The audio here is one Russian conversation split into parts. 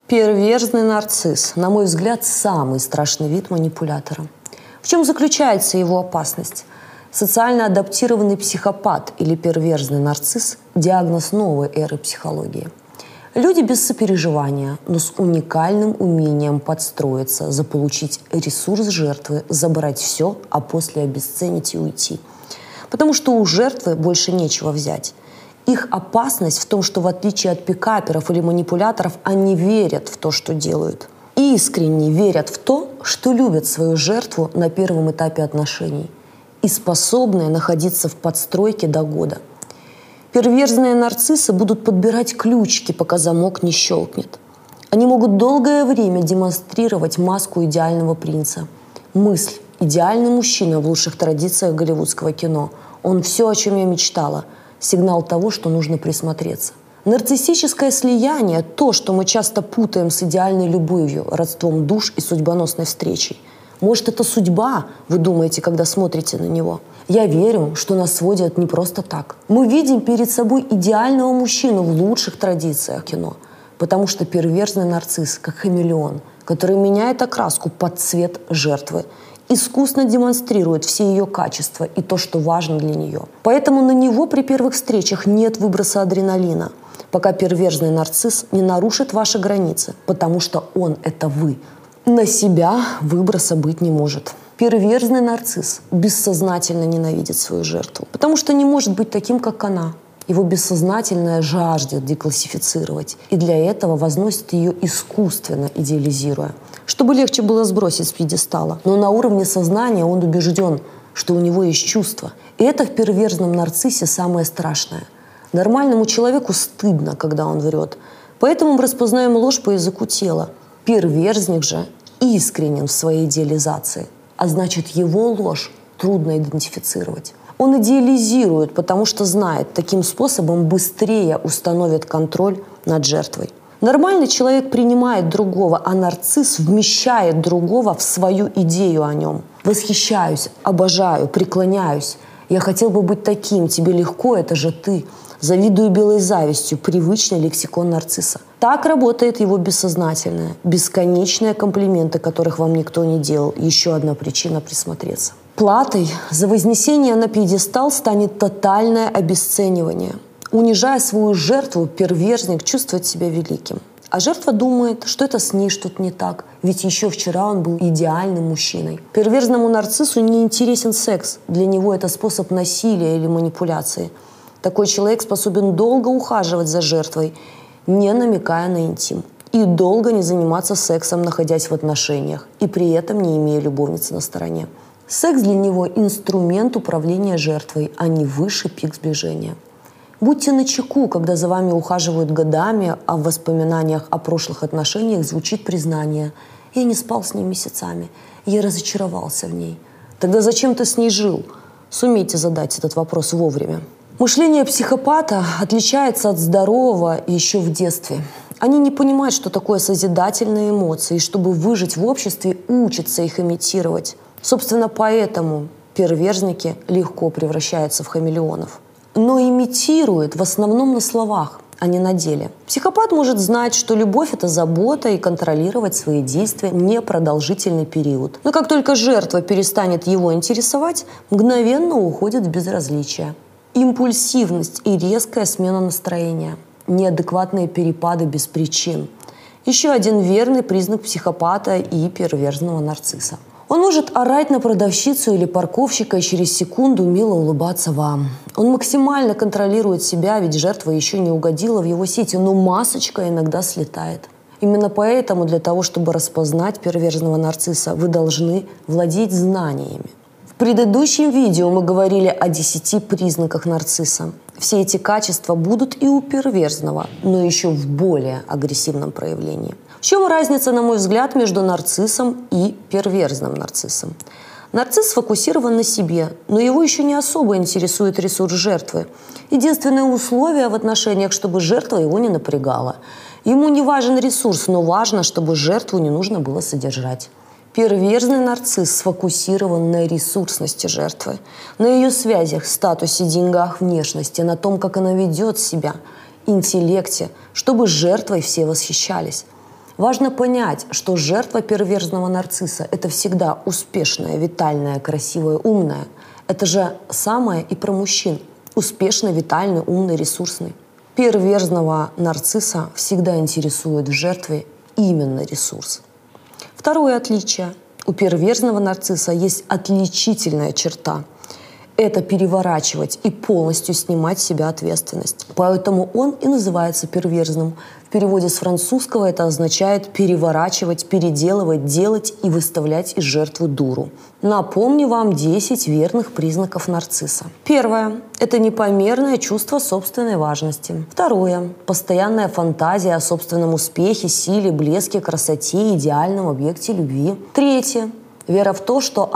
Перверзный нарцисс, на мой взгляд, самый страшный вид манипулятора. В чем заключается его опасность? Социально адаптированный психопат или перверзный нарцисс – диагноз новой эры психологии. Люди без сопереживания, но с уникальным умением подстроиться, заполучить ресурс жертвы, забрать все, а после обесценить и уйти. Потому что у жертвы больше нечего взять. Их опасность в том, что в отличие от пикаперов или манипуляторов, они верят в то, что делают. И искренне верят в то, что любят свою жертву на первом этапе отношений. И способны находиться в подстройке до года. Перверзные нарциссы будут подбирать ключики, пока замок не щелкнет. Они могут долгое время демонстрировать маску идеального принца. Мысль «идеальный мужчина» в лучших традициях голливудского кино. Он все, о чем я мечтала. Сигнал того, что нужно присмотреться. Нарциссическое слияние – то, что мы часто путаем с идеальной любовью, родством душ и судьбоносной встречей. Может, это судьба, вы думаете, когда смотрите на него? Я верю, что нас сводят не просто так. Мы видим перед собой идеального мужчину в лучших традициях кино, потому что перверзный нарцисс, как хамелеон, который меняет окраску под цвет жертвы, искусно демонстрирует все ее качества и то, что важно для нее. Поэтому на него при первых встречах нет выброса адреналина, пока перверзный нарцисс не нарушит ваши границы, потому что он – это вы. На себя выброса быть не может. Перверзный нарцисс бессознательно ненавидит свою жертву, потому что не может быть таким, как она. Его бессознательное жаждет деклассифицировать, и для этого возносит ее искусственно идеализируя, чтобы легче было сбросить с пьедестала. Но на уровне сознания он убежден, что у него есть чувства. И это в перверзном нарциссе самое страшное. Нормальному человеку стыдно, когда он врет. Поэтому мы распознаем ложь по языку тела. Перверзник же искренен в своей идеализации, а значит, его ложь трудно идентифицировать. Он идеализирует, потому что знает, таким способом быстрее установит контроль над жертвой. Нормальный человек принимает другого, а нарцисс вмещает другого в свою идею о нем. Восхищаюсь, обожаю, преклоняюсь. Я хотел бы быть таким, тебе легко, это же ты. Завидую белой завистью, привычный лексикон нарцисса. Так работает его бессознательное, бесконечные комплименты, которых вам никто не делал. Еще одна причина присмотреться. Платой за вознесение на пьедестал станет тотальное обесценивание. Унижая свою жертву, перверзник чувствует себя великим. А жертва думает, что это с ней что-то не так, ведь еще вчера он был идеальным мужчиной. Перверзному нарциссу не интересен секс. Для него это способ насилия или манипуляции. Такой человек способен долго ухаживать за жертвой, не намекая на интим. И долго не заниматься сексом, находясь в отношениях, и при этом не имея любовницы на стороне. Секс для него – инструмент управления жертвой, а не высший пик сближения. Будьте начеку, когда за вами ухаживают годами, а в воспоминаниях о прошлых отношениях звучит признание: «Я не спал с ней месяцами, я разочаровался в ней». Тогда зачем ты с ней жил? Сумейте задать этот вопрос вовремя. Мышление психопата отличается от здорового еще в детстве. Они не понимают, что такое созидательные эмоции, и чтобы выжить в обществе, учатся их имитировать. Собственно, поэтому перверзники легко превращаются в хамелеонов. Но имитируют в основном на словах, а не на деле. Психопат может знать, что любовь – это забота, и контролировать свои действия непродолжительный период. Но как только жертва перестанет его интересовать, мгновенно уходит в безразличие. Импульсивность и резкая смена настроения. Неадекватные перепады без причин. Еще один верный признак психопата и перверзного нарцисса. Он может орать на продавщицу или парковщика и через секунду мило улыбаться вам. Он максимально контролирует себя, ведь жертва еще не угодила в его сети, но масочка иногда слетает. Именно поэтому для того, чтобы распознать перверзного нарцисса, вы должны владеть знаниями. В предыдущем видео мы говорили о 10 признаках нарцисса. Все эти качества будут и у перверзного, но еще в более агрессивном проявлении. В чем разница, на мой взгляд, между нарциссом и перверзным нарциссом? Нарцисс сфокусирован на себе, но его еще не особо интересует ресурс жертвы. Единственное условие в отношениях, чтобы жертва его не напрягала. Ему не важен ресурс, но важно, чтобы жертву не нужно было содержать. Перверзный нарцисс сфокусирован на ресурсности жертвы, на ее связях, статусе, деньгах, внешности, на том, как она ведет себя, интеллекте, чтобы жертвой все восхищались. Важно понять, что жертва перверзного нарцисса – это всегда успешная, витальная, красивая, умная. Это же самое и про мужчин. Успешный, витальный, умный, ресурсный. Перверзного нарцисса всегда интересует в жертве именно ресурс. Второе отличие. У перверзного нарцисса есть отличительная черта. Это переворачивать и полностью снимать с себя ответственность. Поэтому он и называется перверзным. В переводе с французского это означает переворачивать, переделывать, делать и выставлять из жертвы дуру. Напомню вам 10 верных признаков нарцисса. Первое – это непомерное чувство собственной важности. Второе – постоянная фантазия о собственном успехе, силе, блеске, красоте, идеальном объекте любви. Третье – вера в то, что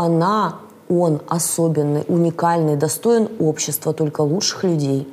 он особенный, уникальный, достоин общества только лучших людей.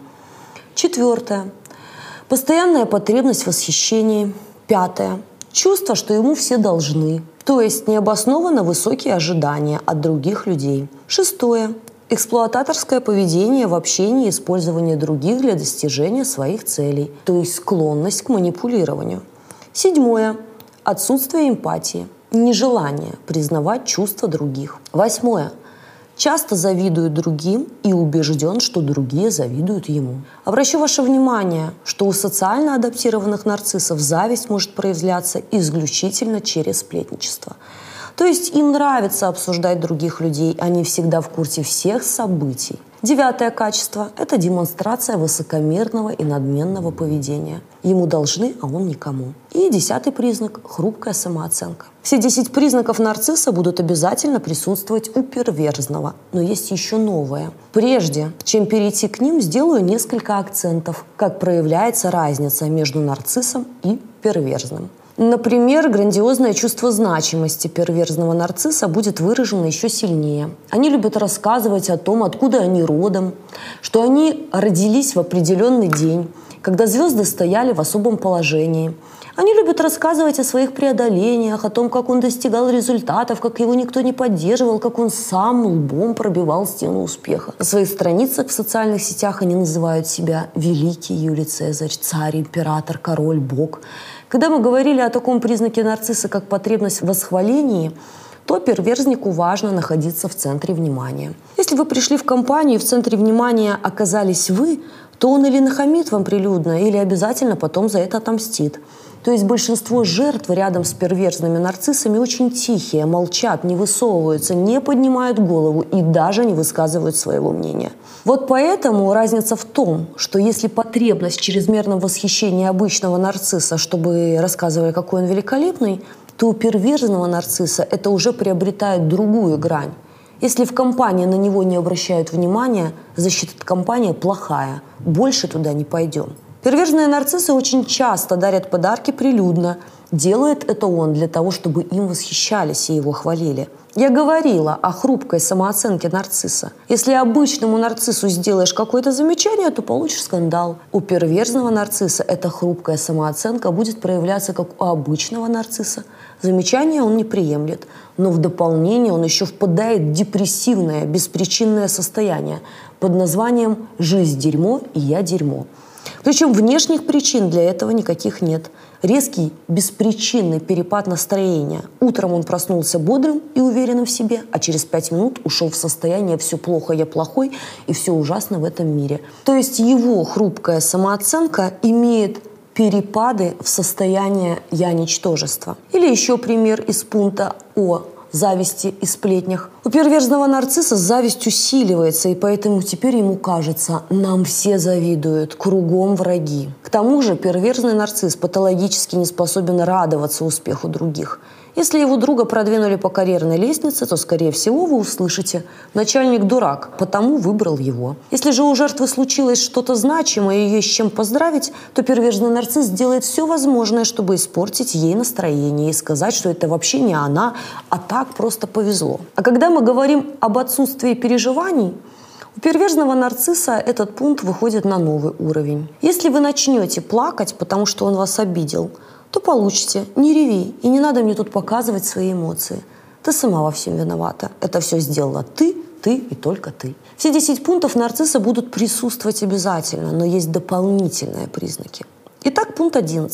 Четвертое. Постоянная потребность в восхищении. Пятое. Чувство, что ему все должны, то есть необоснованно высокие ожидания от других людей. Шестое. Эксплуататорское поведение в общении и использовании других для достижения своих целей, то есть склонность к манипулированию. Седьмое. Отсутствие эмпатии, нежелание признавать чувства других. Восьмое. Часто завидует другим и убежден, что другие завидуют ему. Обращу ваше внимание, что у социально адаптированных нарциссов зависть может проявляться исключительно через сплетничество. То есть им нравится обсуждать других людей, они всегда в курсе всех событий. Девятое качество – это демонстрация высокомерного и надменного поведения. Ему должны, а он никому. И 10-й признак – хрупкая самооценка. Все 10 признаков нарцисса будут обязательно присутствовать у перверзного. Но есть еще новое. Прежде чем перейти к ним, сделаю несколько акцентов, как проявляется разница между нарциссом и перверзным. Например, грандиозное чувство значимости перверзного нарцисса будет выражено еще сильнее. Они любят рассказывать о том, откуда они родом, что они родились в определенный день, когда звезды стояли в особом положении. Они любят рассказывать о своих преодолениях, о том, как он достигал результатов, как его никто не поддерживал, как он сам лбом пробивал стену успеха. На своих страницах в социальных сетях они называют себя «Великий Юлий Цезарь», «Царь», «Император», «Король», «Бог». Когда мы говорили о таком признаке нарцисса, как потребность в восхвалении, то перверзнику важно находиться в центре внимания. Если вы пришли в компанию и в центре внимания оказались вы, то он или нахамит вам прилюдно, или обязательно потом за это отомстит. То есть большинство жертв рядом с перверзными нарциссами очень тихие, молчат, не высовываются, не поднимают голову и даже не высказывают своего мнения. Вот поэтому разница в том, что если потребность в чрезмерном восхищении обычного нарцисса, чтобы рассказывали, какой он великолепный, то у перверзного нарцисса это уже приобретает другую грань. Если в компании на него не обращают внимания, значит, компания плохая, больше туда не пойдем. Перверзные нарциссы очень часто дарят подарки прилюдно. Делает это он для того, чтобы им восхищались и его хвалили. Я говорила о хрупкой самооценке нарцисса. Если обычному нарциссу сделаешь какое-то замечание, то получишь скандал. У перверзного нарцисса эта хрупкая самооценка будет проявляться как у обычного нарцисса. Замечания он не приемлет, но в дополнение он еще впадает в депрессивное, беспричинное состояние под названием «жизнь дерьмо и я дерьмо». Причем внешних причин для этого никаких нет. Резкий, беспричинный перепад настроения. Утром он проснулся бодрым и уверенным в себе, а через 5 минут ушел в состояние «все плохо, я плохой» и «все ужасно в этом мире». То есть его хрупкая самооценка имеет перепады в состояние «я ничтожество». Или еще пример из пункта о зависти и сплетнях. У перверзного нарцисса зависть усиливается, и поэтому теперь ему кажется, нам все завидуют, кругом враги. К тому же перверзный нарцисс патологически не способен радоваться успеху других. Если его друга продвинули по карьерной лестнице, то, скорее всего, вы услышите: «Начальник дурак, потому выбрал его». Если же у жертвы случилось что-то значимое и ее с чем поздравить, то перверзный нарцисс делает все возможное, чтобы испортить ей настроение и сказать, что это вообще не она, а так просто повезло. А когда мы говорим об отсутствии переживаний, у перверзного нарцисса этот пункт выходит на новый уровень. Если вы начнете плакать, потому что он вас обидел, то получите: не реви, и не надо мне тут показывать свои эмоции. Ты сама во всем виновата. Это все сделала ты и только ты. Все 10 пунктов нарцисса будут присутствовать обязательно, но есть дополнительные признаки. Итак, пункт 11.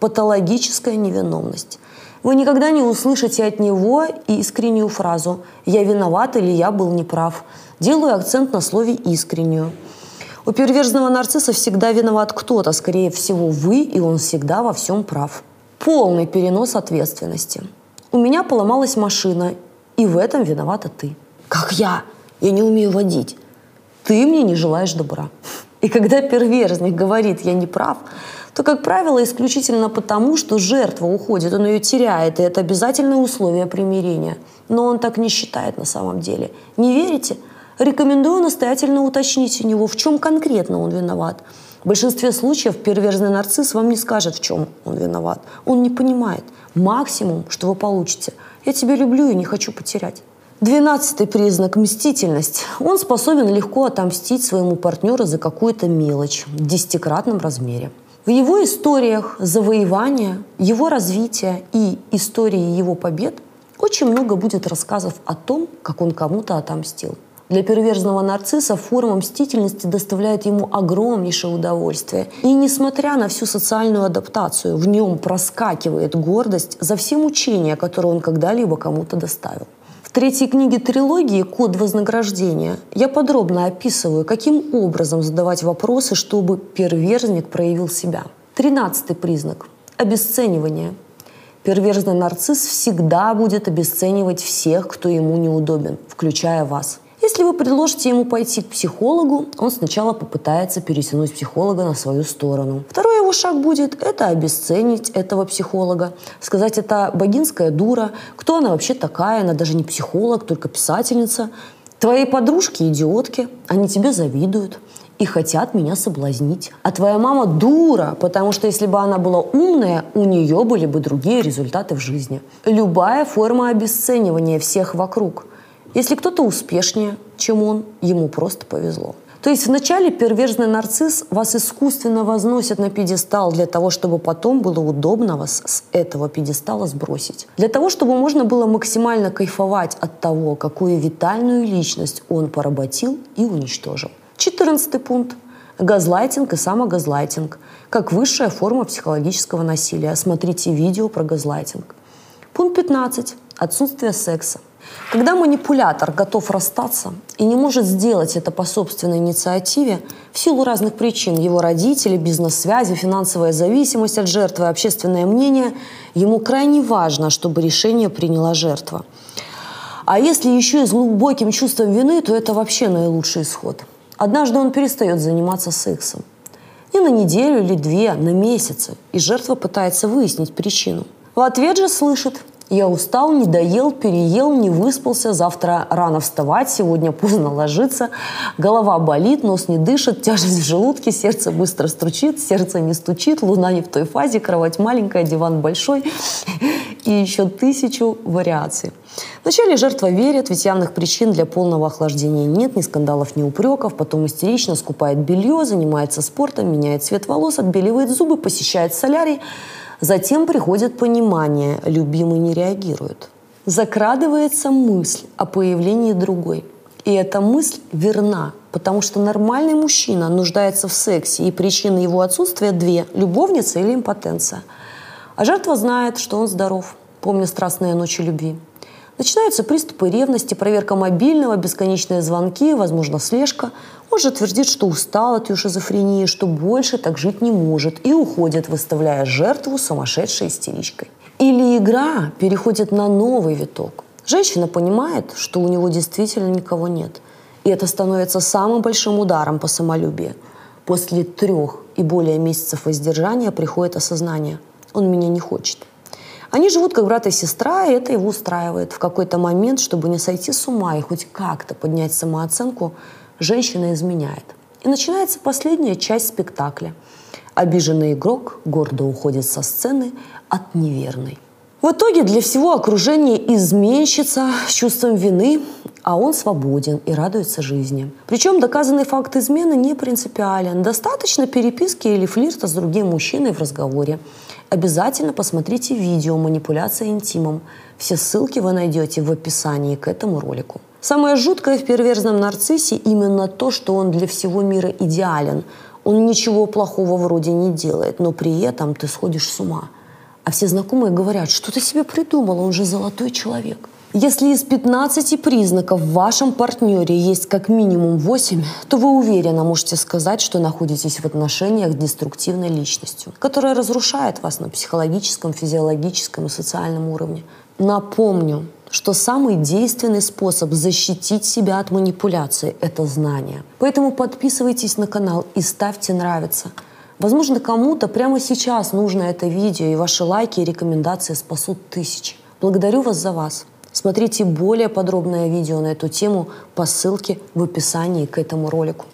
патологическая невиновность. Вы никогда не услышите от него искреннюю фразу «я виноват» или «я был неправ». Делаю акцент на слове «искреннюю». У перверзного нарцисса всегда виноват кто-то, скорее всего, вы, и он всегда во всем прав. Полный перенос ответственности. У меня поломалась машина, и в этом виновата ты. Как я? Я не умею водить. Ты мне не желаешь добра. И когда перверзник говорит «я не прав», то, как правило, исключительно потому, что жертва уходит, он ее теряет, и это обязательное условие примирения. Но он так не считает на самом деле. Не верите? Рекомендую настоятельно уточнить у него, в чем конкретно он виноват. В большинстве случаев перверзный нарцисс вам не скажет, в чем он виноват. Он не понимает. Максимум, что вы получите: «я тебя люблю и не хочу потерять». 12-й признак – мстительность. Он способен легко отомстить своему партнеру за какую-то мелочь в 10-кратном размере. В его историях завоевания, его развития и истории его побед очень много будет рассказов о том, как он кому-то отомстил. Для перверзного нарцисса форма мстительности доставляет ему огромнейшее удовольствие. И несмотря на всю социальную адаптацию, в нем проскакивает гордость за все мучения, которые он когда-либо кому-то доставил. В 3-й книге трилогии «Код вознаграждения» я подробно описываю, каким образом задавать вопросы, чтобы перверзник проявил себя. 13-й признак – обесценивание. Перверзный нарцисс всегда будет обесценивать всех, кто ему неудобен, включая вас. Если вы предложите ему пойти к психологу, он сначала попытается перетянуть психолога на свою сторону. Второй его шаг будет – это обесценить этого психолога. Сказать: это богинская дура, кто она вообще такая, она даже не психолог, только писательница. Твои подружки – идиотки, они тебе завидуют и хотят меня соблазнить. А твоя мама – дура, потому что если бы она была умная, у нее были бы другие результаты в жизни. Любая форма обесценивания всех вокруг. Если кто-то успешнее, чем он, ему просто повезло. То есть вначале перверзный нарцисс вас искусственно возносит на пьедестал для того, чтобы потом было удобно вас с этого пьедестала сбросить. Для того, чтобы можно было максимально кайфовать от того, какую витальную личность он поработил и уничтожил. 14-й пункт. Газлайтинг и самогазлайтинг. Как высшая форма психологического насилия. Смотрите видео про газлайтинг. Пункт 15. Отсутствие секса. Когда манипулятор готов расстаться и не может сделать это по собственной инициативе, в силу разных причин, его родители, бизнес-связи, финансовая зависимость от жертвы, общественное мнение, ему крайне важно, чтобы решение приняла жертва. А если еще и с глубоким чувством вины, то это вообще наилучший исход. Однажды он перестает заниматься сексом. Не на неделю или 2, на месяцы. И жертва пытается выяснить причину. В ответ же слышит: «Я устал, не доел, переел, не выспался, завтра рано вставать, сегодня поздно ложиться, голова болит, нос не дышит, тяжесть в желудке, сердце быстро стучит, сердце не стучит, луна не в той фазе, кровать маленькая, диван большой» и еще 1000 вариаций. Вначале жертва верит, ведь явных причин для полного охлаждения нет, ни скандалов, ни упреков, потом истерично скупает белье, занимается спортом, меняет цвет волос, отбеливает зубы, посещает солярий. Затем приходит понимание, любимый не реагирует. Закрадывается мысль о появлении другой. И эта мысль верна, потому что нормальный мужчина нуждается в сексе, и причины его отсутствия 2 – любовница или импотенция. А жертва знает, что он здоров, помня страстные ночи любви. Начинаются приступы ревности, проверка мобильного, бесконечные звонки, возможно, слежка. Он же твердит, что устал от ее шизофрении, что больше так жить не может, и уходит, выставляя жертву сумасшедшей истеричкой. Или игра переходит на новый виток. Женщина понимает, что у него действительно никого нет. И это становится самым большим ударом по самолюбию. После 3 и более месяцев воздержания приходит осознание: он меня не хочет. Они живут как брат и сестра, и это его устраивает. В какой-то момент, чтобы не сойти с ума и хоть как-то поднять самооценку, женщина изменяет. И начинается последняя часть спектакля. Обиженный игрок гордо уходит со сцены от неверной. В итоге для всего окружения изменщица с чувством вины, а он свободен и радуется жизни. Причем доказанный факт измены не принципиален. Достаточно переписки или флирта с другим мужчиной в разговоре. Обязательно посмотрите видео «Манипуляция интимом». Все ссылки вы найдете в описании к этому ролику. Самое жуткое в перверзном нарциссе именно то, что он для всего мира идеален. Он ничего плохого вроде не делает, но при этом ты сходишь с ума. А все знакомые говорят, что ты себе придумала, он же золотой человек. Если из 15 признаков в вашем партнере есть как минимум 8, то вы уверенно можете сказать, что находитесь в отношениях с деструктивной личностью, которая разрушает вас на психологическом, физиологическом и социальном уровне. Напомню, что самый действенный способ защитить себя от манипуляций – это знание. Поэтому подписывайтесь на канал и ставьте «Нравится». Возможно, кому-то прямо сейчас нужно это видео, и ваши лайки и рекомендации спасут тысячи. Благодарю вас за вас. Смотрите более подробное видео на эту тему по ссылке в описании к этому ролику.